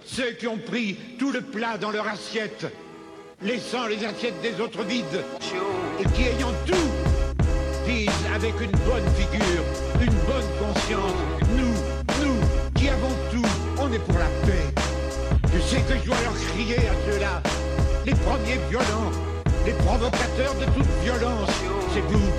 Ceux qui ont pris tout le plat dans leur assiette, laissant les assiettes des autres vides, et qui, ayant tout, disent avec une bonne figure, une bonne conscience, nous, qui avons tout, on est pour la paix. Tu sais que je dois leur crier à ceux-là, les premiers violents, les provocateurs de toute violence, c'est vous.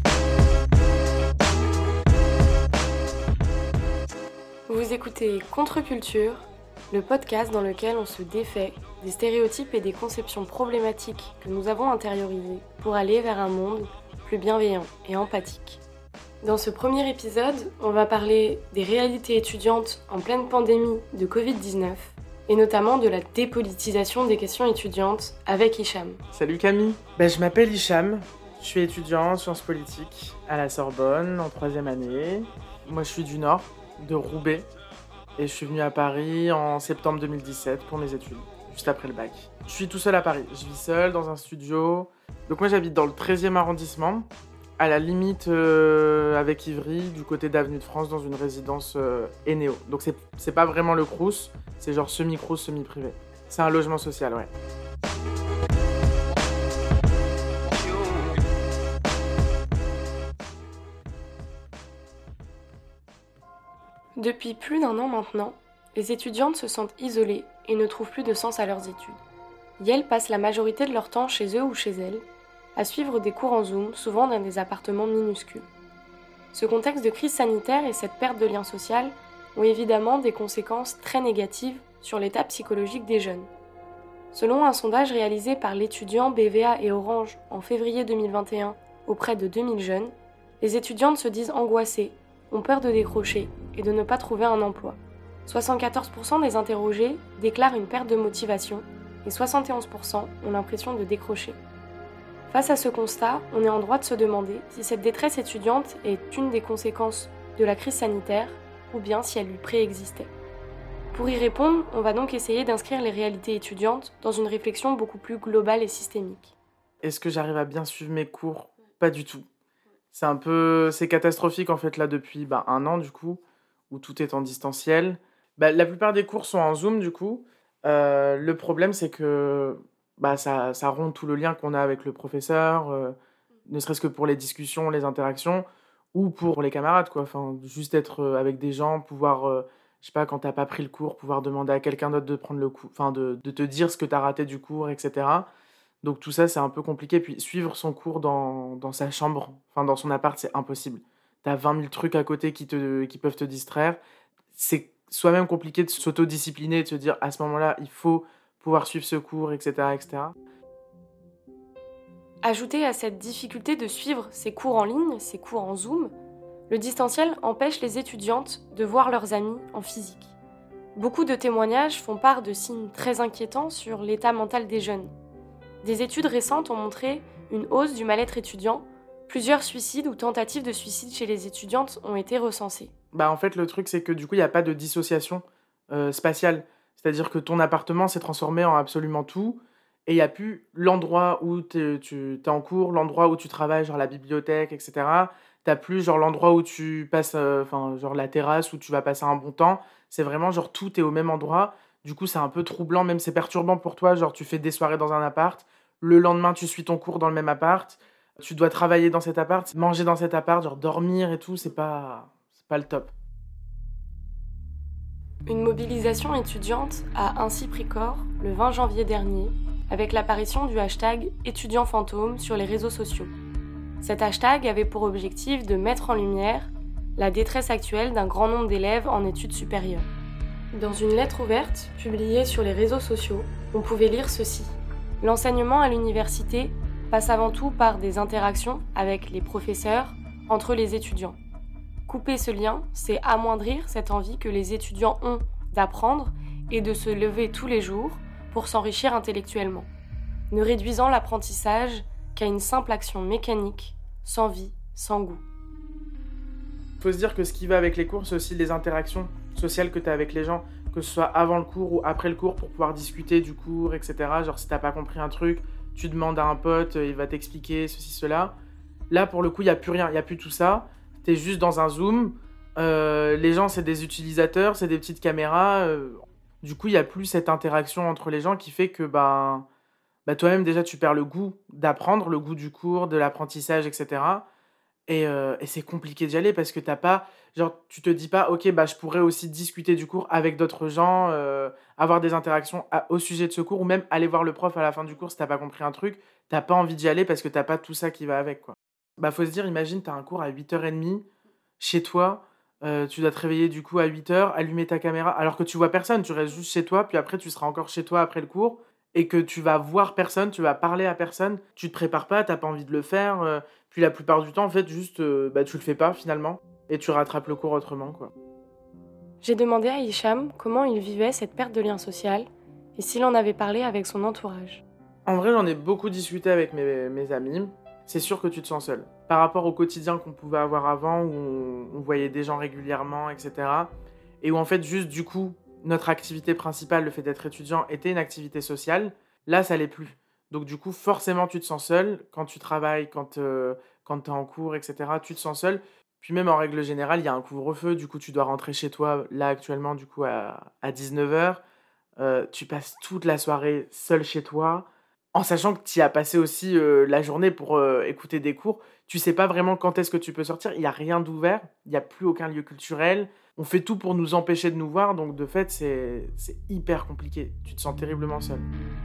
Vous écoutez Contre-Culture, le podcast dans lequel on se défait des stéréotypes et des conceptions problématiques que nous avons intériorisées pour aller vers un monde plus bienveillant et empathique. Dans ce premier épisode, on va parler des réalités étudiantes en pleine pandémie de Covid-19 et notamment de la dépolitisation des questions étudiantes avec Hicham. Salut Camille, je m'appelle Hicham, je suis étudiant en sciences politiques à la Sorbonne en 3e année. Moi je suis du Nord, de Roubaix, et je suis venu à Paris en septembre 2017 pour mes études, juste après le bac. Je suis tout seul à Paris, je vis seul dans un studio. Donc moi j'habite dans le 13e arrondissement, à la limite avec Ivry, du côté d'Avenue de France, dans une résidence Énéo. Donc c'est pas vraiment le Crous, c'est genre semi-Crous, semi-privé. C'est un logement social, ouais. Depuis plus d'1 an maintenant, les étudiantes se sentent isolées et ne trouvent plus de sens à leurs études. Elles passent la majorité de leur temps chez eux ou chez elles, à suivre des cours en Zoom, souvent dans des appartements minuscules. Ce contexte de crise sanitaire et cette perte de lien social ont évidemment des conséquences très négatives sur l'état psychologique des jeunes. Selon un sondage réalisé par l'étudiant BVA et Orange en février 2021 auprès de 2000 jeunes, les étudiantes se disent angoissées, ont peur de décrocher et de ne pas trouver un emploi. 74% des interrogés déclarent une perte de motivation et 71% ont l'impression de décrocher. Face à ce constat, on est en droit de se demander si cette détresse étudiante est une des conséquences de la crise sanitaire ou bien si elle lui préexistait. Pour y répondre, on va donc essayer d'inscrire les réalités étudiantes dans une réflexion beaucoup plus globale et systémique. Est-ce que j'arrive à bien suivre mes cours ? Pas du tout. C'est catastrophique en fait là depuis 1 an du coup, où tout est en distanciel. La plupart des cours sont en Zoom du coup. Le problème c'est que ça rompt tout le lien qu'on a avec le professeur, ne serait-ce que pour les discussions, les interactions, ou pour les camarades quoi. Enfin, juste être avec des gens, pouvoir, je sais pas, quand t'as pas pris le cours, pouvoir demander à quelqu'un d'autre de prendre le cours, enfin de te dire ce que t'as raté du cours, etc. Donc tout ça, c'est un peu compliqué. Puis suivre son cours dans sa chambre, enfin dans son appart, c'est impossible. T'as 20 000 trucs à côté qui peuvent te distraire. C'est soi-même compliqué de s'autodiscipliner, de se dire à ce moment-là, il faut pouvoir suivre ce cours, etc., etc. Ajouté à cette difficulté de suivre ces cours en ligne, ces cours en Zoom, le distanciel empêche les étudiantes de voir leurs amis en physique. Beaucoup de témoignages font part de signes très inquiétants sur l'état mental des jeunes. Des études récentes ont montré une hausse du mal-être étudiant. Plusieurs suicides ou tentatives de suicide chez les étudiantes ont été recensés. En fait, le truc, c'est que du coup, il n'y a pas de dissociation spatiale. C'est-à-dire que ton appartement s'est transformé en absolument tout, et il n'y a plus l'endroit où tu es en cours, l'endroit où tu travailles, genre la bibliothèque, etc. Tu n'as plus genre l'endroit où tu passes, genre la terrasse où tu vas passer un bon temps. C'est vraiment genre tout est au même endroit. Du coup, c'est un peu troublant, même c'est perturbant pour toi. Genre, tu fais des soirées dans un appart. Le lendemain, tu suis ton cours dans le même appart. Tu dois travailler dans cet appart, manger dans cet appart, genre dormir et tout. C'est pas le top. Une mobilisation étudiante a ainsi pris corps le 20 janvier dernier avec l'apparition du hashtag étudiant fantôme sur les réseaux sociaux. Cet hashtag avait pour objectif de mettre en lumière la détresse actuelle d'un grand nombre d'élèves en études supérieures. Dans une lettre ouverte, publiée sur les réseaux sociaux, on pouvait lire ceci. L'enseignement à l'université passe avant tout par des interactions avec les professeurs, entre les étudiants. Couper ce lien, c'est amoindrir cette envie que les étudiants ont d'apprendre et de se lever tous les jours pour s'enrichir intellectuellement, ne réduisant l'apprentissage qu'à une simple action mécanique, sans vie, sans goût. Il faut se dire que ce qui va avec les cours, c'est aussi les interactions sociales que tu as avec les gens, que ce soit avant le cours ou après le cours pour pouvoir discuter du cours, etc. Genre si t'as pas compris un truc, tu demandes à un pote, il va t'expliquer ceci, cela. Là, pour le coup, il n'y a plus rien, il n'y a plus tout ça. T'es juste dans un Zoom. Les gens, c'est des utilisateurs, c'est des petites caméras. Du coup, il n'y a plus cette interaction entre les gens qui fait que toi-même, déjà, tu perds le goût d'apprendre, le goût du cours, de l'apprentissage, etc. Et c'est compliqué d'y aller parce que t'as pas... Genre, tu te dis pas, ok, je pourrais aussi discuter du cours avec d'autres gens, avoir des interactions au sujet de ce cours, ou même aller voir le prof à la fin du cours si t'as pas compris un truc. T'as pas envie d'y aller parce que t'as pas tout ça qui va avec, quoi. Faut se dire, imagine, t'as un cours à 8h30, chez toi, tu dois te réveiller du coup à 8h, allumer ta caméra, alors que tu vois personne, tu restes juste chez toi, puis après tu seras encore chez toi après le cours, et que tu vas voir personne, tu vas parler à personne, tu te prépares pas, t'as pas envie de le faire, puis la plupart du temps, en fait, juste, tu le fais pas finalement, et tu rattrapes le cours autrement, quoi. J'ai demandé à Hicham comment il vivait cette perte de lien social et s'il en avait parlé avec son entourage. En vrai, j'en ai beaucoup discuté avec mes amis. C'est sûr que tu te sens seul. Par rapport au quotidien qu'on pouvait avoir avant, où on voyait des gens régulièrement, etc. Et où en fait, juste du coup, notre activité principale, le fait d'être étudiant, était une activité sociale. Là, ça l'est plus. Donc du coup, forcément, tu te sens seul. Quand tu travailles, quand t'es en cours, etc., tu te sens seul. Puis même en règle générale, il y a un couvre-feu. Du coup, tu dois rentrer chez toi, là actuellement, du coup, à 19h. Tu passes toute la soirée seul chez toi, en sachant que tu y as passé aussi la journée pour écouter des cours. Tu sais pas vraiment quand est-ce que tu peux sortir. Il n'y a rien d'ouvert, il n'y a plus aucun lieu culturel. On fait tout pour nous empêcher de nous voir, donc de fait, c'est hyper compliqué. Tu te sens terriblement seul.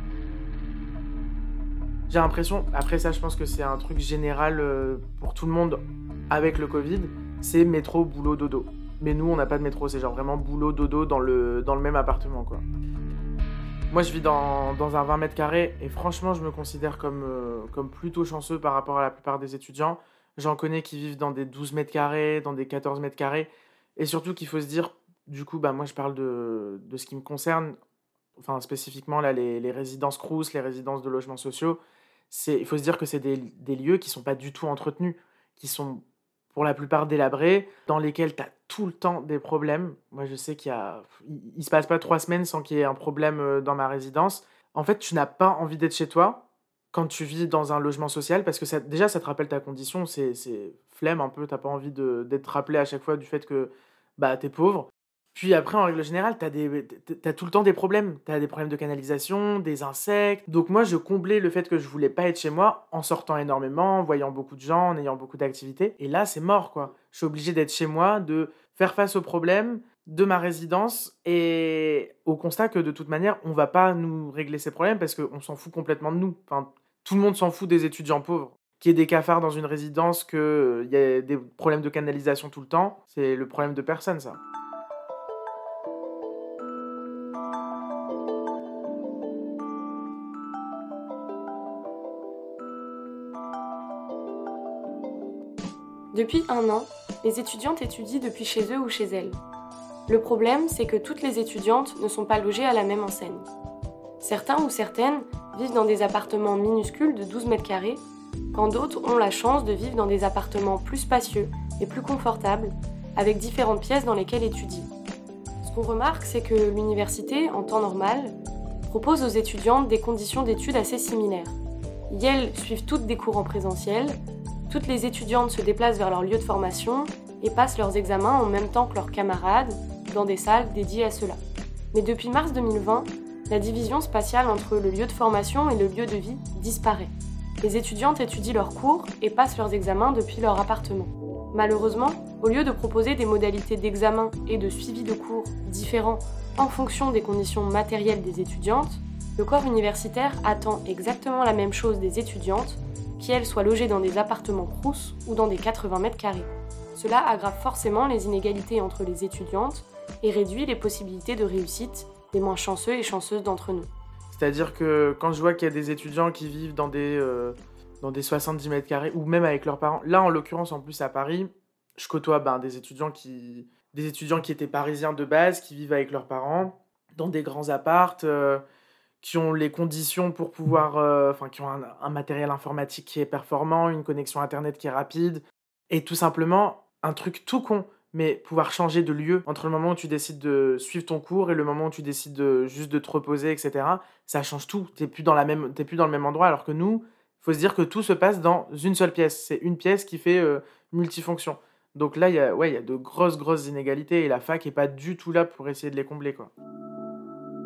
J'ai l'impression, après ça, je pense que c'est un truc général pour tout le monde avec le Covid, c'est métro, boulot, dodo. Mais nous, on n'a pas de métro, c'est genre vraiment boulot, dodo dans le même appartement, quoi. Moi, je vis dans un 20 mètres carrés et franchement, je me considère comme plutôt chanceux par rapport à la plupart des étudiants. J'en connais qui vivent dans des 12 mètres carrés, dans des 14 mètres carrés. Et surtout qu'il faut se dire, du coup, moi, je parle de ce qui me concerne, enfin, spécifiquement, là, les résidences Crous, les résidences de logements sociaux. Il faut se dire que c'est des lieux qui sont pas du tout entretenus, qui sont pour la plupart délabrés, dans lesquels tu as tout le temps des problèmes. Moi, je sais il se passe pas 3 semaines sans qu'il y ait un problème dans ma résidence. En fait, tu n'as pas envie d'être chez toi quand tu vis dans un logement social, parce que ça te rappelle ta condition, c'est flemme un peu, t'as pas envie d'être rappelé à chaque fois du fait que t'es pauvre. Puis après, en règle générale, t'as tout le temps des problèmes. T'as des problèmes de canalisation, des insectes. Donc moi, je comblais le fait que je voulais pas être chez moi en sortant énormément, en voyant beaucoup de gens, en ayant beaucoup d'activités. Et là, c'est mort, quoi. Je suis obligé d'être chez moi, de faire face aux problèmes de ma résidence et au constat que de toute manière, on va pas nous régler ces problèmes parce qu'on s'en fout complètement de nous. Enfin, tout le monde s'en fout des étudiants pauvres. Qu'il y ait des cafards dans une résidence, qu'il y ait des problèmes de canalisation tout le temps, c'est le problème de personne, ça. Depuis 1 an, les étudiantes étudient depuis chez eux ou chez elles. Le problème, c'est que toutes les étudiantes ne sont pas logées à la même enseigne. Certains ou certaines vivent dans des appartements minuscules de 12 mètres carrés, quand d'autres ont la chance de vivre dans des appartements plus spacieux et plus confortables, avec différentes pièces dans lesquelles étudier. Ce qu'on remarque, c'est que l'université, en temps normal, propose aux étudiantes des conditions d'études assez similaires. Elles suivent toutes des cours en présentiel, toutes les étudiantes se déplacent vers leur lieu de formation et passent leurs examens en même temps que leurs camarades, dans des salles dédiées à cela. Mais depuis mars 2020, la division spatiale entre le lieu de formation et le lieu de vie disparaît. Les étudiantes étudient leurs cours et passent leurs examens depuis leur appartement. Malheureusement, au lieu de proposer des modalités d'examen et de suivi de cours différents en fonction des conditions matérielles des étudiantes, le corps universitaire attend exactement la même chose des étudiantes, qu'elles soient logées dans des appartements Crous ou dans des 80 mètres carrés. Cela aggrave forcément les inégalités entre les étudiantes et réduit les possibilités de réussite des moins chanceux et chanceuses d'entre nous. C'est-à-dire que quand je vois qu'il y a des étudiants qui vivent dans des 70 mètres carrés, ou même avec leurs parents, là en l'occurrence en plus à Paris, je côtoie des étudiants qui étaient parisiens de base, qui vivent avec leurs parents, dans des grands appartes, qui ont les conditions pour pouvoir, qui ont un matériel informatique qui est performant, une connexion internet qui est rapide, et tout simplement un truc tout con, mais pouvoir changer de lieu entre le moment où tu décides de suivre ton cours et le moment où tu décides juste de te reposer, etc. Ça change tout. T'es plus dans le même endroit, alors que nous, il faut se dire que tout se passe dans une seule pièce. C'est une pièce qui fait multifonction. Donc là, il y a de grosses inégalités et la fac est pas du tout là pour essayer de les combler, quoi.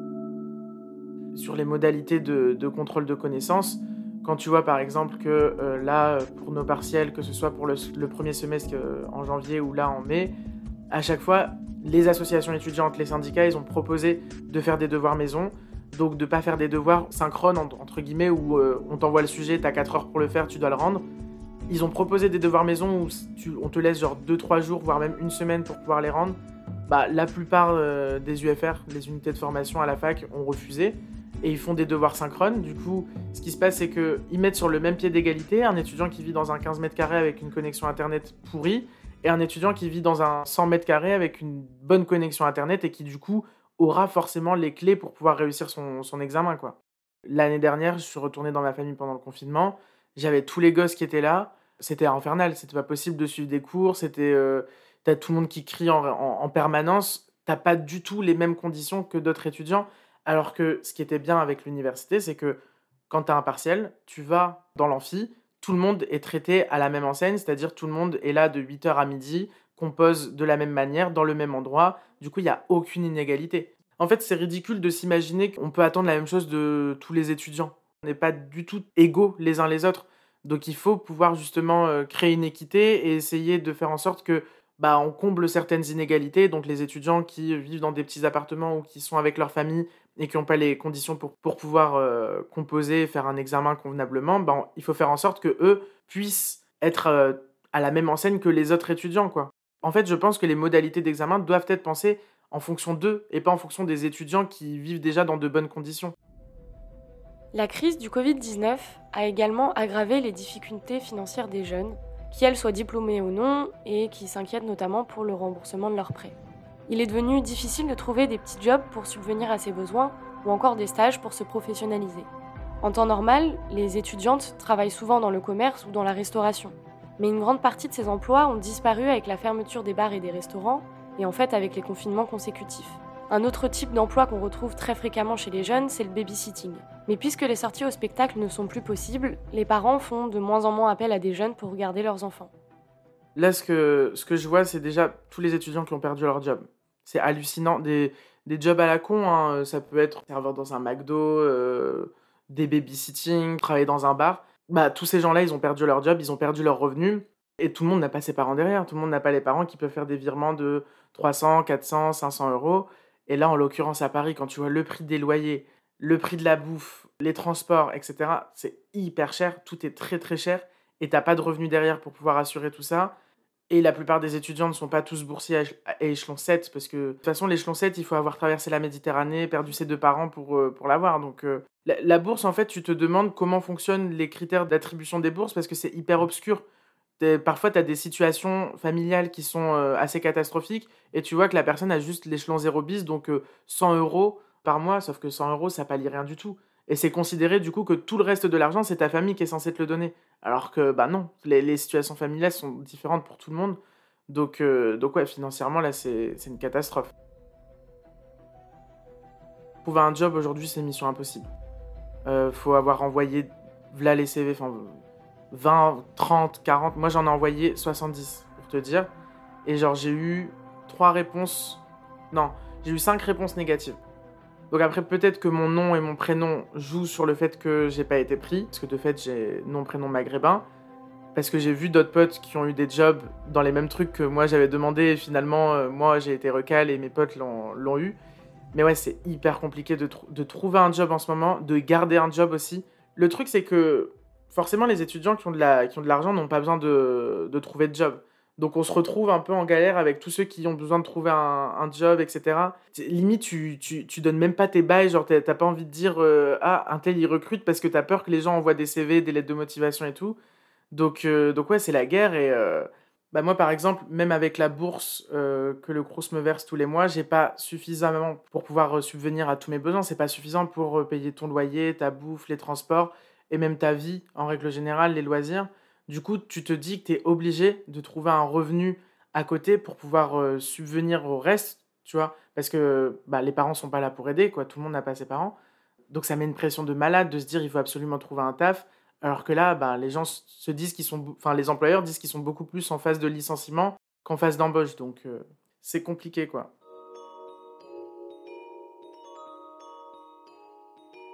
sur les modalités de contrôle de connaissances. Quand tu vois par exemple que là, pour nos partiels, que ce soit pour le premier semestre en janvier ou là en mai, à chaque fois, les associations étudiantes, les syndicats, ils ont proposé de faire des devoirs maison, donc de ne pas faire des devoirs synchrones, entre guillemets, où on t'envoie le sujet, tu as 4 heures pour le faire, tu dois le rendre. Ils ont proposé des devoirs maison où on te laisse genre 2-3 jours, voire même une semaine pour pouvoir les rendre. La plupart des UFR, les unités de formation à la fac, ont refusé. Et ils font des devoirs synchrones. Du coup, ce qui se passe, c'est qu'ils mettent sur le même pied d'égalité un étudiant qui vit dans un 15 mètres carrés avec une connexion Internet pourrie et un étudiant qui vit dans un 100 mètres carrés avec une bonne connexion Internet et qui, du coup, aura forcément les clés pour pouvoir réussir son examen, quoi. L'année dernière, je suis retourné dans ma famille pendant le confinement. J'avais tous les gosses qui étaient là. C'était infernal. C'était pas possible de suivre des cours. T'as tout le monde qui crie en permanence. T'as pas du tout les mêmes conditions que d'autres étudiants. Alors que ce qui était bien avec l'université, c'est que quand tu as un partiel, tu vas dans l'amphi, tout le monde est traité à la même enseigne, c'est-à-dire tout le monde est là de 8h à midi, compose de la même manière, dans le même endroit. Du coup, il n'y a aucune inégalité. En fait, c'est ridicule de s'imaginer qu'on peut attendre la même chose de tous les étudiants. On n'est pas du tout égaux les uns les autres. Donc il faut pouvoir justement créer une équité et essayer de faire en sorte que on comble certaines inégalités. Donc les étudiants qui vivent dans des petits appartements ou qui sont avec leur famille et qui n'ont pas les conditions pour pouvoir composer et faire un examen convenablement, il faut faire en sorte qu'eux puissent être à la même enseigne que les autres étudiants, quoi. En fait, je pense que les modalités d'examen doivent être pensées en fonction d'eux et pas en fonction des étudiants qui vivent déjà dans de bonnes conditions. La crise du Covid-19 a également aggravé les difficultés financières des jeunes, qu'elles soient diplômés ou non, et qui s'inquiètent notamment pour le remboursement de leurs prêts. Il est devenu difficile de trouver des petits jobs pour subvenir à ses besoins ou encore des stages pour se professionnaliser. En temps normal, les étudiantes travaillent souvent dans le commerce ou dans la restauration. Mais une grande partie de ces emplois ont disparu avec la fermeture des bars et des restaurants, et en fait avec les confinements consécutifs. Un autre type d'emploi qu'on retrouve très fréquemment chez les jeunes, c'est le babysitting. Mais puisque les sorties au spectacle ne sont plus possibles, les parents font de moins en moins appel à des jeunes pour garder leurs enfants. Là, ce que je vois, c'est déjà tous les étudiants qui ont perdu leur job. C'est hallucinant. Des jobs à la con, hein. Ça peut être serveur dans un McDo, des babysitting, travailler dans un bar. Tous ces gens-là, ils ont perdu leur job, ils ont perdu leurs revenus. Et tout le monde n'a pas ses parents derrière. Tout le monde n'a pas les parents qui peuvent faire des virements de 300, 400, 500 euros. Et là, en l'occurrence, à Paris, quand tu vois le prix des loyers, le prix de la bouffe, les transports, etc., c'est hyper cher. Tout est très, très cher. Et t'as pas de revenus derrière pour pouvoir assurer tout ça. Et la plupart des étudiants ne sont pas tous boursiers à échelon 7, parce que de toute façon, l'échelon 7, il faut avoir traversé la Méditerranée, perdu ses 2 parents pour l'avoir. Donc la bourse, en fait, tu te demandes comment fonctionnent les critères d'attribution des bourses, parce que c'est hyper obscur. Parfois, tu as des situations familiales qui sont assez catastrophiques, et tu vois que la personne a juste l'échelon 0 bis, donc 100 euros par mois, sauf que 100 euros, ça pallie rien du tout. Et c'est considéré du coup que tout le reste de l'argent, c'est ta famille qui est censée te le donner. Alors que non, les situations familiales sont différentes pour tout le monde. Donc ouais, financièrement, là, c'est une catastrophe. Trouver un job aujourd'hui, c'est mission impossible. Faut avoir envoyé, voilà les CV, 20, 30, 40. Moi, j'en ai envoyé 70, pour te dire. Et genre, j'ai eu 3 réponses... Non, j'ai eu 5 réponses négatives. Donc après, peut-être que mon nom et mon prénom jouent sur le fait que j'ai pas été pris, parce que de fait, j'ai nom, prénom maghrébin, parce que j'ai vu d'autres potes qui ont eu des jobs dans les mêmes trucs que moi j'avais demandé, et finalement, moi j'ai été recal et mes potes l'ont eu. Mais ouais, c'est hyper compliqué de trouver un job en ce moment, de garder un job aussi. Le truc, c'est que forcément, les étudiants qui ont de l'argent n'ont pas besoin de trouver de job. Donc on se retrouve un peu en galère avec tous ceux qui ont besoin de trouver un job, etc. Limite, tu donnes même pas tes bails, genre t'as pas envie de dire un tel il recrute parce que t'as peur que les gens envoient des CV, des lettres de motivation et tout. Donc ouais, c'est la guerre et moi par exemple, même avec la bourse que le Crous me verse tous les mois, j'ai pas suffisamment pour pouvoir subvenir à tous mes besoins. C'est pas suffisant pour payer ton loyer, ta bouffe, les transports et même ta vie en règle générale, les loisirs. Du coup, tu te dis que tu es obligé de trouver un revenu à côté pour pouvoir subvenir au reste, tu vois, parce que les parents sont pas là pour aider, quoi. Tout le monde n'a pas ses parents. Donc ça met une pression de malade de se dire il faut absolument trouver un taf, alors que là, les gens se disent les employeurs disent qu'ils sont beaucoup plus en phase de licenciement qu'en phase d'embauche. Donc c'est compliqué, quoi.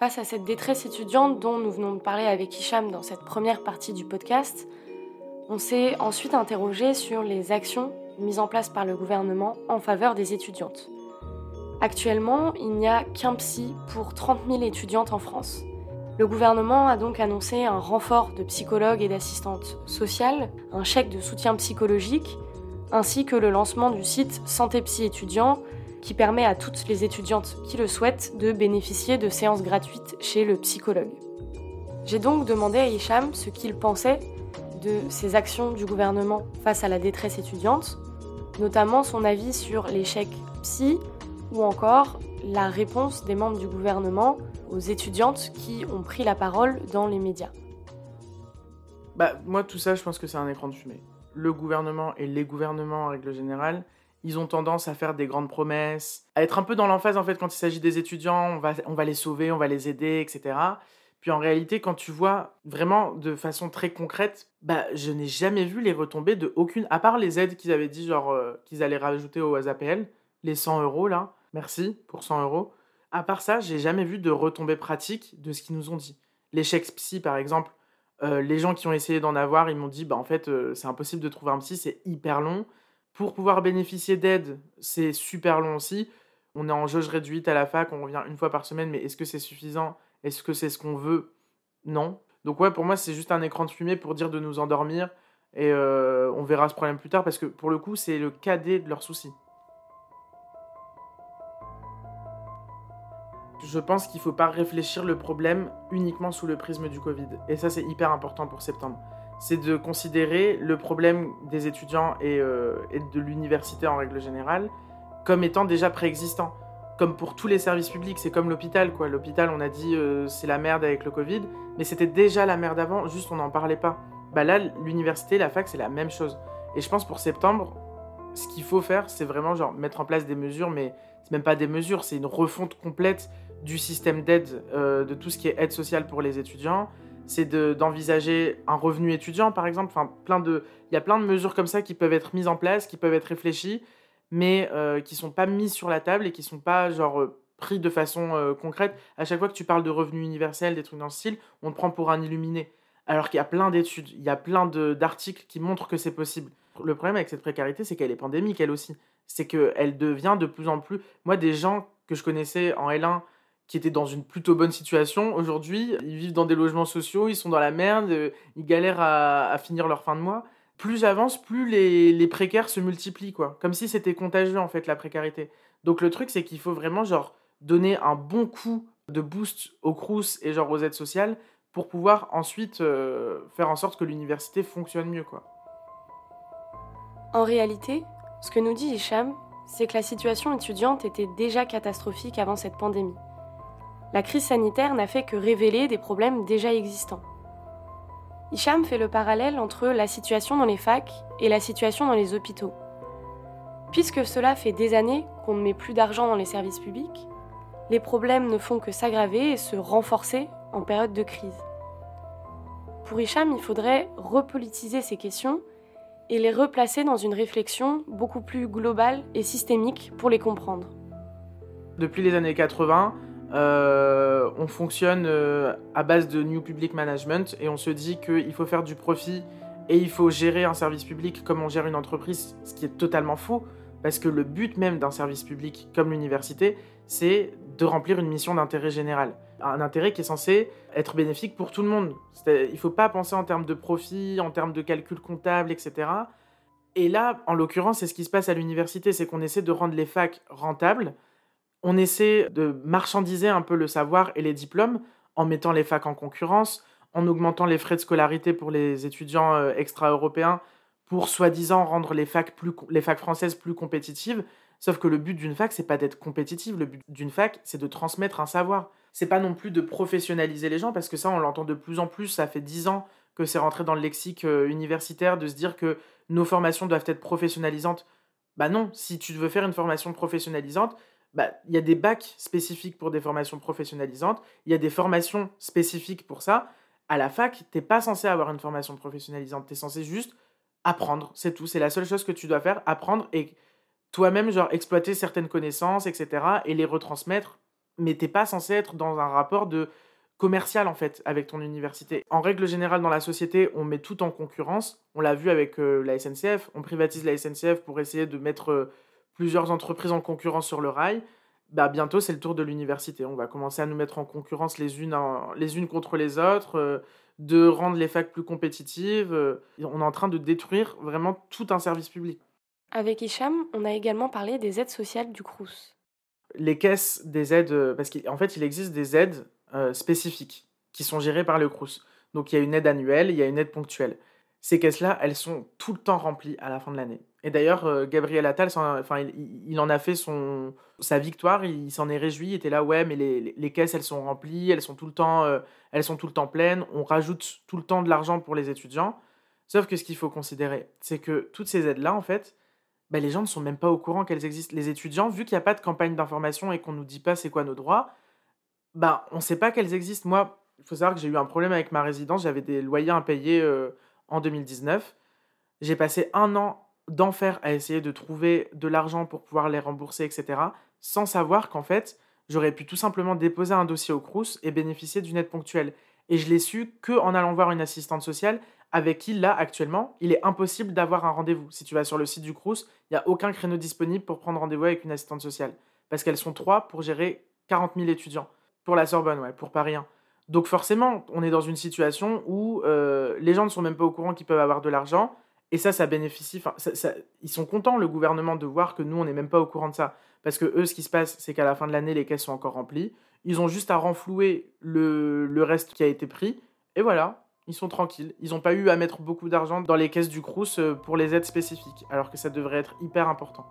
Face à cette détresse étudiante dont nous venons de parler avec Hicham dans cette première partie du podcast, on s'est ensuite interrogé sur les actions mises en place par le gouvernement en faveur des étudiantes. Actuellement, il n'y a qu'un psy pour 30 000 étudiantes en France. Le gouvernement a donc annoncé un renfort de psychologues et d'assistantes sociales, un chèque de soutien psychologique, ainsi que le lancement du site Santé Psy étudiant, qui permet à toutes les étudiantes qui le souhaitent de bénéficier de séances gratuites chez le psychologue. J'ai donc demandé à Hicham ce qu'il pensait de ces actions du gouvernement face à la détresse étudiante, notamment son avis sur les chèques psy ou encore la réponse des membres du gouvernement aux étudiantes qui ont pris la parole dans les médias. Moi, tout ça, je pense que c'est un écran de fumée. Le gouvernement et les gouvernements, en règle générale, ils ont tendance à faire des grandes promesses, à être un peu dans l'emphase, en fait, quand il s'agit des étudiants, on va les sauver, on va les aider, etc. Puis en réalité, quand tu vois vraiment de façon très concrète, je n'ai jamais vu les retombées de aucune, à part les aides qu'ils avaient dit, qu'ils allaient rajouter aux APL, les 100 € là, merci pour 100 €. À part ça, j'ai jamais vu de retombées pratiques de ce qu'ils nous ont dit. Les chèques psy, par exemple, les gens qui ont essayé d'en avoir, ils m'ont dit, c'est impossible de trouver un psy, c'est hyper long. Pour pouvoir bénéficier d'aide, c'est super long aussi. On est en jauge réduite à la fac, on revient une fois par semaine, mais est-ce que c'est suffisant ? Est-ce que c'est ce qu'on veut ? Non. Donc ouais, pour moi, c'est juste un écran de fumée pour dire de nous endormir et on verra ce problème plus tard parce que pour le coup, c'est le cadet de leurs soucis. Je pense qu'il ne faut pas réfléchir le problème uniquement sous le prisme du Covid. Et ça, c'est hyper important pour septembre. C'est de considérer le problème des étudiants et de l'université en règle générale comme étant déjà préexistant. Comme pour tous les services publics, c'est comme l'hôpital, quoi. L'hôpital, on a dit c'est la merde avec le Covid, mais c'était déjà la merde avant, juste on n'en parlait pas. Là, l'université, la fac, c'est la même chose. Et je pense pour septembre, ce qu'il faut faire, c'est vraiment mettre en place des mesures, mais c'est même pas des mesures, c'est une refonte complète du système d'aide, de tout ce qui est aide sociale pour les étudiants. C'est d'envisager un revenu étudiant, par exemple. Il y a plein de mesures comme ça qui peuvent être mises en place, qui peuvent être réfléchies, mais qui ne sont pas mises sur la table et qui ne sont pas pris de façon concrète. À chaque fois que tu parles de revenu universel, des trucs dans ce style, on te prend pour un illuminé. Alors qu'il y a plein d'études, il y a plein d'articles qui montrent que c'est possible. Le problème avec cette précarité, c'est qu'elle est pandémique, elle aussi. C'est qu'elle devient de plus en plus... Moi, des gens que je connaissais en L1 qui étaient dans une plutôt bonne situation, aujourd'hui, ils vivent dans des logements sociaux, ils sont dans la merde, ils galèrent à finir leur fin de mois. Plus j'avance, plus les précaires se multiplient, quoi. Comme si c'était contagieux, en fait, la précarité. Donc le truc, c'est qu'il faut vraiment, donner un bon coup de boost aux Crous et aux aides sociales pour pouvoir ensuite faire en sorte que l'université fonctionne mieux, quoi. En réalité, ce que nous dit Hicham, c'est que la situation étudiante était déjà catastrophique avant cette pandémie. La crise sanitaire n'a fait que révéler des problèmes déjà existants. Hicham fait le parallèle entre la situation dans les facs et la situation dans les hôpitaux. Puisque cela fait des années qu'on ne met plus d'argent dans les services publics, les problèmes ne font que s'aggraver et se renforcer en période de crise. Pour Hicham, il faudrait repolitiser ces questions et les replacer dans une réflexion beaucoup plus globale et systémique pour les comprendre. Depuis les années 80, on fonctionne à base de New Public Management et on se dit qu'il faut faire du profit et il faut gérer un service public comme on gère une entreprise, ce qui est totalement faux, parce que le but même d'un service public comme l'université, c'est de remplir une mission d'intérêt général. Un intérêt qui est censé être bénéfique pour tout le monde. Il ne faut pas penser en termes de profit, en termes de calcul comptable, etc. Et là, en l'occurrence, c'est ce qui se passe à l'université, c'est qu'on essaie de rendre les facs rentables. On essaie de marchandiser un peu le savoir et les diplômes en mettant les facs en concurrence, en augmentant les frais de scolarité pour les étudiants extra-européens pour soi-disant rendre les facs françaises plus compétitives. Sauf que le but d'une fac, c'est pas d'être compétitive. Le but d'une fac, c'est de transmettre un savoir. C'est pas non plus de professionnaliser les gens, parce que ça, on l'entend de plus en plus. Ça fait 10 ans que c'est rentré dans le lexique universitaire de se dire que nos formations doivent être professionnalisantes. Non, si tu veux faire une formation professionnalisante, il y a des bacs spécifiques pour des formations professionnalisantes, il y a des formations spécifiques pour ça. À la fac, t'es pas censé avoir une formation professionnalisante, t'es censé juste apprendre, c'est tout. C'est la seule chose que tu dois faire, apprendre et toi-même exploiter certaines connaissances, etc. et les retransmettre, mais t'es pas censé être dans un rapport de commercial en fait avec ton université. En règle générale dans la société, on met tout en concurrence. On l'a vu avec la SNCF, on privatise la SNCF pour essayer de mettre plusieurs entreprises en concurrence sur le rail. Bah, bientôt c'est le tour de l'université. On va commencer à nous mettre en concurrence les unes contre les autres, de rendre les facs plus compétitives. On est en train de détruire vraiment tout un service public. Avec Hicham, on a également parlé des aides sociales du Crous. Les caisses des aides, parce qu'en fait il existe des aides spécifiques qui sont gérées par le Crous. Donc il y a une aide annuelle, il y a une aide ponctuelle. Ces caisses-là, elles sont tout le temps remplies à la fin de l'année. Et d'ailleurs, Gabriel Attal, il en a fait sa victoire, il s'en est réjoui, il était là, ouais, mais les caisses, elles sont remplies, elles sont tout le temps pleines, on rajoute tout le temps de l'argent pour les étudiants. Sauf que ce qu'il faut considérer, c'est que toutes ces aides-là, en fait, les gens ne sont même pas au courant qu'elles existent. Les étudiants, vu qu'il n'y a pas de campagne d'information et qu'on ne nous dit pas c'est quoi nos droits, on ne sait pas qu'elles existent. Moi, il faut savoir que j'ai eu un problème avec ma résidence, j'avais des loyers impayés en 2019. J'ai passé 1 an d'enfer à essayer de trouver de l'argent pour pouvoir les rembourser, etc., sans savoir qu'en fait, j'aurais pu tout simplement déposer un dossier au Crous et bénéficier d'une aide ponctuelle. Et je l'ai su qu'en allant voir une assistante sociale avec qui, là, actuellement, il est impossible d'avoir un rendez-vous. Si tu vas sur le site du Crous, il n'y a aucun créneau disponible pour prendre rendez-vous avec une assistante sociale. Parce qu'elles sont 3 pour gérer 40 000 étudiants. Pour la Sorbonne, ouais, pour Paris 1. Donc forcément, on est dans une situation où les gens ne sont même pas au courant qu'ils peuvent avoir de l'argent. Et ça bénéficie... ils sont contents, le gouvernement, de voir que nous, on n'est même pas au courant de ça. Parce que eux, ce qui se passe, c'est qu'à la fin de l'année, les caisses sont encore remplies. Ils ont juste à renflouer le reste qui a été pris. Et voilà, ils sont tranquilles. Ils n'ont pas eu à mettre beaucoup d'argent dans les caisses du Crous pour les aides spécifiques. Alors que ça devrait être hyper important.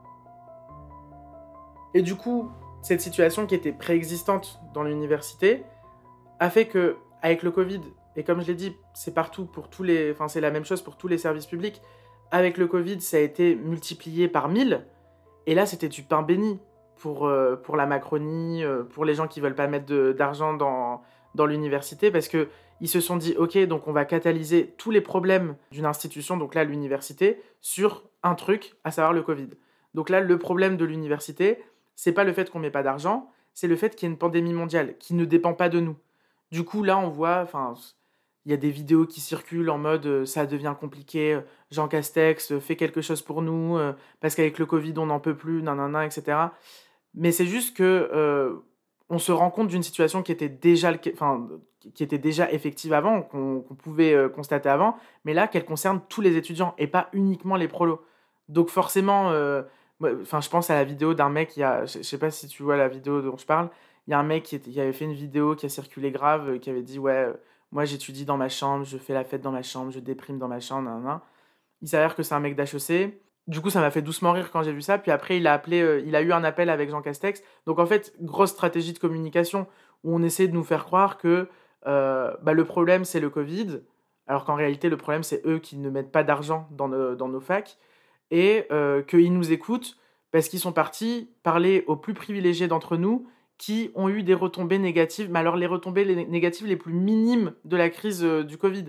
Et du coup, cette situation qui était préexistante dans l'université a fait que, avec le Covid, et comme je l'ai dit, c'est partout pour c'est la même chose pour tous les services publics. Avec le Covid, ça a été multiplié par 1000. Et là, c'était du pain béni pour la Macronie, pour les gens qui veulent pas mettre d'argent dans l'université, parce que ils se sont dit, ok, donc on va catalyser tous les problèmes d'une institution, donc là l'université, sur un truc, à savoir le Covid. Donc là, le problème de l'université, c'est pas le fait qu'on met pas d'argent, c'est le fait qu'il y ait une pandémie mondiale qui ne dépend pas de nous. Du coup, là, on voit, il y a des vidéos qui circulent en mode ça devient compliqué, Jean Castex fait quelque chose pour nous, parce qu'avec le Covid, on n'en peut plus, nanana, etc. Mais c'est juste que on se rend compte d'une situation qui était déjà effective avant, qu'on pouvait constater avant, mais là, qu'elle concerne tous les étudiants et pas uniquement les prolos. Donc forcément, je pense à la vidéo d'un mec, je sais pas si tu vois la vidéo dont je parle, il y a un mec qui avait fait une vidéo qui a circulé grave, qui avait dit ouais, moi j'étudie dans ma chambre, je fais la fête dans ma chambre, je déprime dans ma chambre, nanana. Il s'avère que c'est un mec d'HEC. Du coup, ça m'a fait doucement rire quand j'ai vu ça. Puis après, il a eu un appel avec Jean Castex. Donc en fait, grosse stratégie de communication où on essaie de nous faire croire que le problème c'est le Covid, alors qu'en réalité le problème c'est eux qui ne mettent pas d'argent dans nos facs et qu'ils nous écoutent parce qu'ils sont partis parler aux plus privilégiés d'entre nous qui ont eu des retombées négatives, mais alors les retombées négatives les plus minimes de la crise du Covid,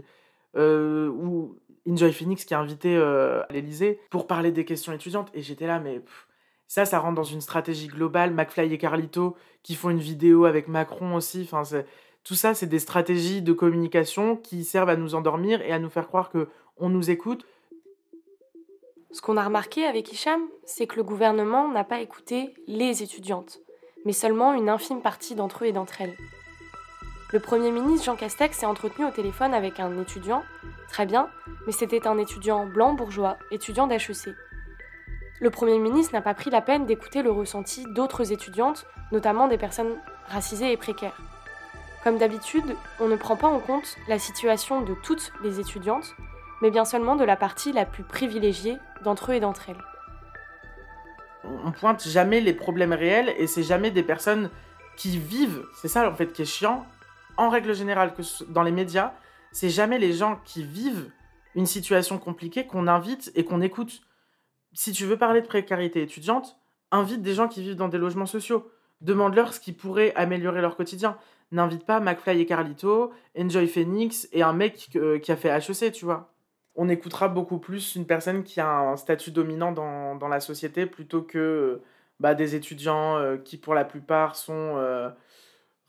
où Enjoy Phoenix qui est invité à l'Elysée pour parler des questions étudiantes, et j'étais là, mais ça rentre dans une stratégie globale. McFly et Carlito qui font une vidéo avec Macron aussi, tout ça c'est des stratégies de communication qui servent à nous endormir et à nous faire croire qu'on nous écoute. Ce qu'on a remarqué avec Hicham, c'est que le gouvernement n'a pas écouté les étudiantes, mais seulement une infime partie d'entre eux et d'entre elles. Le Premier ministre Jean Castex s'est entretenu au téléphone avec un étudiant, très bien, mais c'était un étudiant blanc bourgeois, étudiant d'HEC. Le Premier ministre n'a pas pris la peine d'écouter le ressenti d'autres étudiantes, notamment des personnes racisées et précaires. Comme d'habitude, on ne prend pas en compte la situation de toutes les étudiantes, mais bien seulement de la partie la plus privilégiée d'entre eux et d'entre elles. On pointe jamais les problèmes réels et c'est jamais des personnes qui vivent, c'est ça en fait qui est chiant, en règle générale, que dans les médias, c'est jamais les gens qui vivent une situation compliquée qu'on invite et qu'on écoute. Si tu veux parler de précarité étudiante, invite des gens qui vivent dans des logements sociaux. Demande-leur ce qui pourrait améliorer leur quotidien. N'invite pas McFly et Carlito, Enjoy Phoenix et un mec qui a fait HEC, tu vois. On écoutera beaucoup plus une personne qui a un statut dominant dans la société plutôt que des étudiants qui, pour la plupart, sont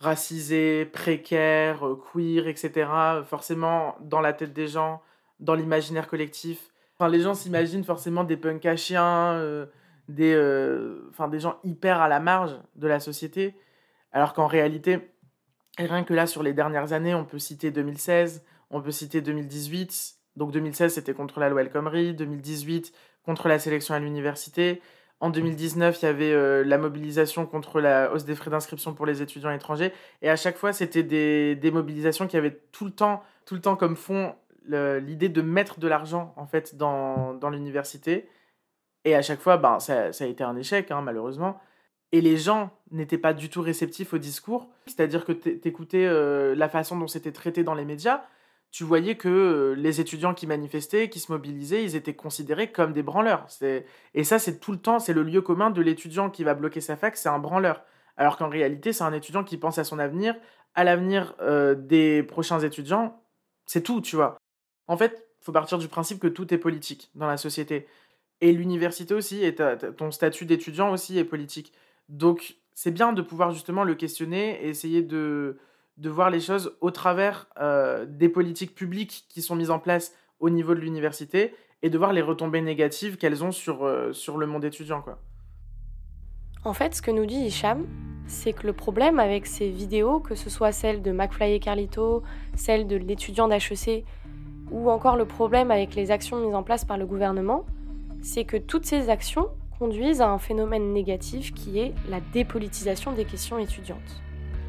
racisés, précaires, queer, etc. Forcément, dans la tête des gens, dans l'imaginaire collectif. Enfin, les gens s'imaginent forcément des punks à chiens, des gens hyper à la marge de la société, alors qu'en réalité, rien que là, sur les dernières années, on peut citer 2016, on peut citer 2018. Donc 2016, c'était contre la loi El Khomri, 2018, contre la sélection à l'université. En 2019, il y avait la mobilisation contre la hausse des frais d'inscription pour les étudiants étrangers. Et à chaque fois, c'était des mobilisations qui avaient tout le temps comme fond l'idée de mettre de l'argent en fait, dans l'université. Et à chaque fois, ça a été un échec, malheureusement. Et les gens n'étaient pas du tout réceptifs au discours. C'est-à-dire que t'écoutais la façon dont c'était traité dans les médias. Tu voyais que les étudiants qui manifestaient, qui se mobilisaient, ils étaient considérés comme des branleurs. Et ça, c'est tout le temps, c'est le lieu commun de l'étudiant qui va bloquer sa fac, c'est un branleur. Alors qu'en réalité, c'est un étudiant qui pense à son avenir, à l'avenir des prochains étudiants. C'est tout, tu vois. En fait, il faut partir du principe que tout est politique dans la société. Et l'université aussi, et ton statut d'étudiant aussi est politique. Donc, c'est bien de pouvoir justement le questionner et essayer de voir les choses au travers des politiques publiques qui sont mises en place au niveau de l'université et de voir les retombées négatives qu'elles ont sur le monde étudiant, quoi. En fait, ce que nous dit Hicham, c'est que le problème avec ces vidéos, que ce soit celle de McFly et Carlito, celle de l'étudiant d'HEC, ou encore le problème avec les actions mises en place par le gouvernement, c'est que toutes ces actions conduisent à un phénomène négatif qui est la dépolitisation des questions étudiantes.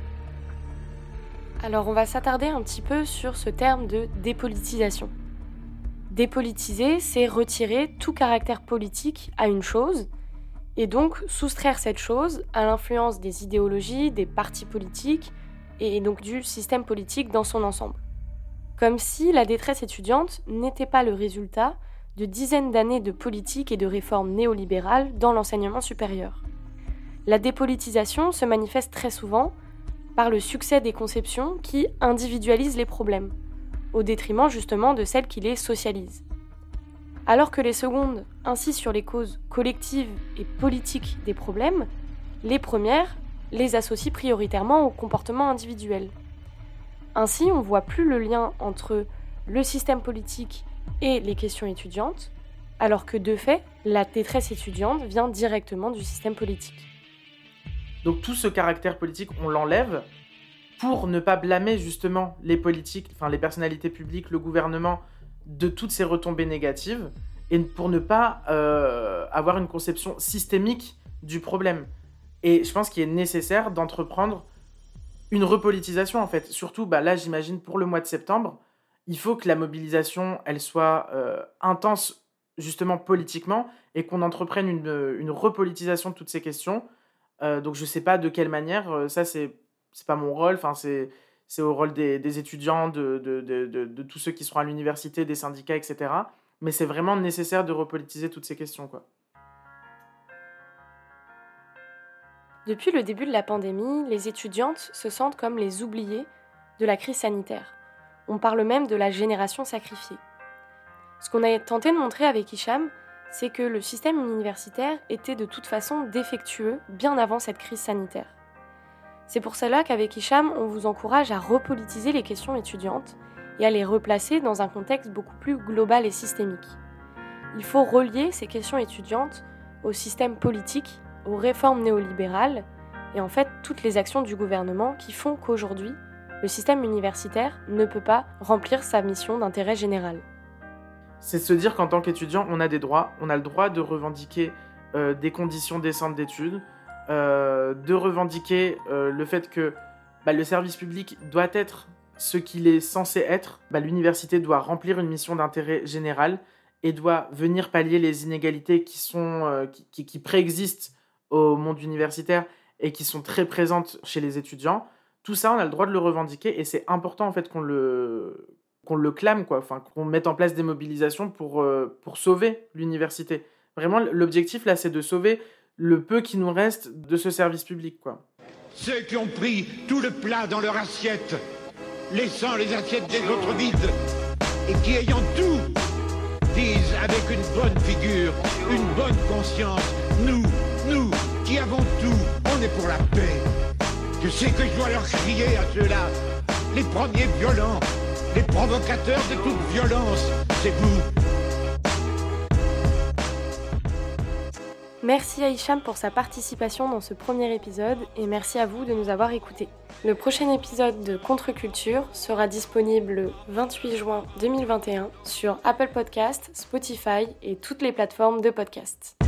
Alors on va s'attarder un petit peu sur ce terme de dépolitisation. Dépolitiser, c'est retirer tout caractère politique à une chose, et donc soustraire cette chose à l'influence des idéologies, des partis politiques, et donc du système politique dans son ensemble. Comme si la détresse étudiante n'était pas le résultat de dizaines d'années de politique et de réformes néolibérales dans l'enseignement supérieur. La dépolitisation se manifeste très souvent par le succès des conceptions qui individualisent les problèmes, au détriment justement de celles qui les socialisent. Alors que les secondes insistent sur les causes collectives et politiques des problèmes, les premières les associent prioritairement au comportement individuel. Ainsi, on ne voit plus le lien entre le système politique et les questions étudiantes, alors que de fait, la détresse étudiante vient directement du système politique. Donc tout ce caractère politique, on l'enlève pour ne pas blâmer justement les politiques, enfin les personnalités publiques, le gouvernement, de toutes ces retombées négatives, et pour ne pas avoir une conception systémique du problème. Et je pense qu'il est nécessaire d'entreprendre une repolitisation en fait. Surtout, là j'imagine pour le mois de septembre, il faut que la mobilisation, elle soit intense justement politiquement et qu'on entreprenne une repolitisation de toutes ces questions. Donc je sais pas de quelle manière, ça c'est pas mon rôle, c'est au rôle des étudiants, de tous ceux qui seront à l'université, des syndicats, etc. Mais c'est vraiment nécessaire de repolitiser toutes ces questions, quoi. Depuis le début de la pandémie, les étudiantes se sentent comme les oubliées de la crise sanitaire. On parle même de la génération sacrifiée. Ce qu'on a tenté de montrer avec Hicham, c'est que le système universitaire était de toute façon défectueux bien avant cette crise sanitaire. C'est pour cela qu'avec Hicham, on vous encourage à repolitiser les questions étudiantes et à les replacer dans un contexte beaucoup plus global et systémique. Il faut relier ces questions étudiantes au système politique, aux réformes néolibérales et en fait toutes les actions du gouvernement qui font qu'aujourd'hui, le système universitaire ne peut pas remplir sa mission d'intérêt général. C'est de se dire qu'en tant qu'étudiant, on a des droits, on a le droit de revendiquer des conditions décentes d'études, de revendiquer le fait que le service public doit être ce qu'il est censé être. L'université doit remplir une mission d'intérêt général et doit venir pallier les inégalités qui préexistent au monde universitaire et qui sont très présentes chez les étudiants. Tout ça, on a le droit de le revendiquer et c'est important en fait qu'on le clame, quoi. Enfin, qu'on mette en place des mobilisations pour sauver l'université. Vraiment, l'objectif là, c'est de sauver le peu qui nous reste de ce service public, quoi. Ceux qui ont pris tout le plat dans leur assiette, laissant les assiettes des autres vides, et qui ayant tout, disent avec une bonne figure, une bonne conscience, nous, qui avons tout, on est pour la paix. Je sais que je dois leur crier à ceux-là, les premiers violents, les provocateurs de toute violence, c'est vous. Merci à Hicham pour sa participation dans ce premier épisode et merci à vous de nous avoir écoutés. Le prochain épisode de Contre-Culture sera disponible le 28 juin 2021 sur Apple Podcasts, Spotify et toutes les plateformes de podcasts.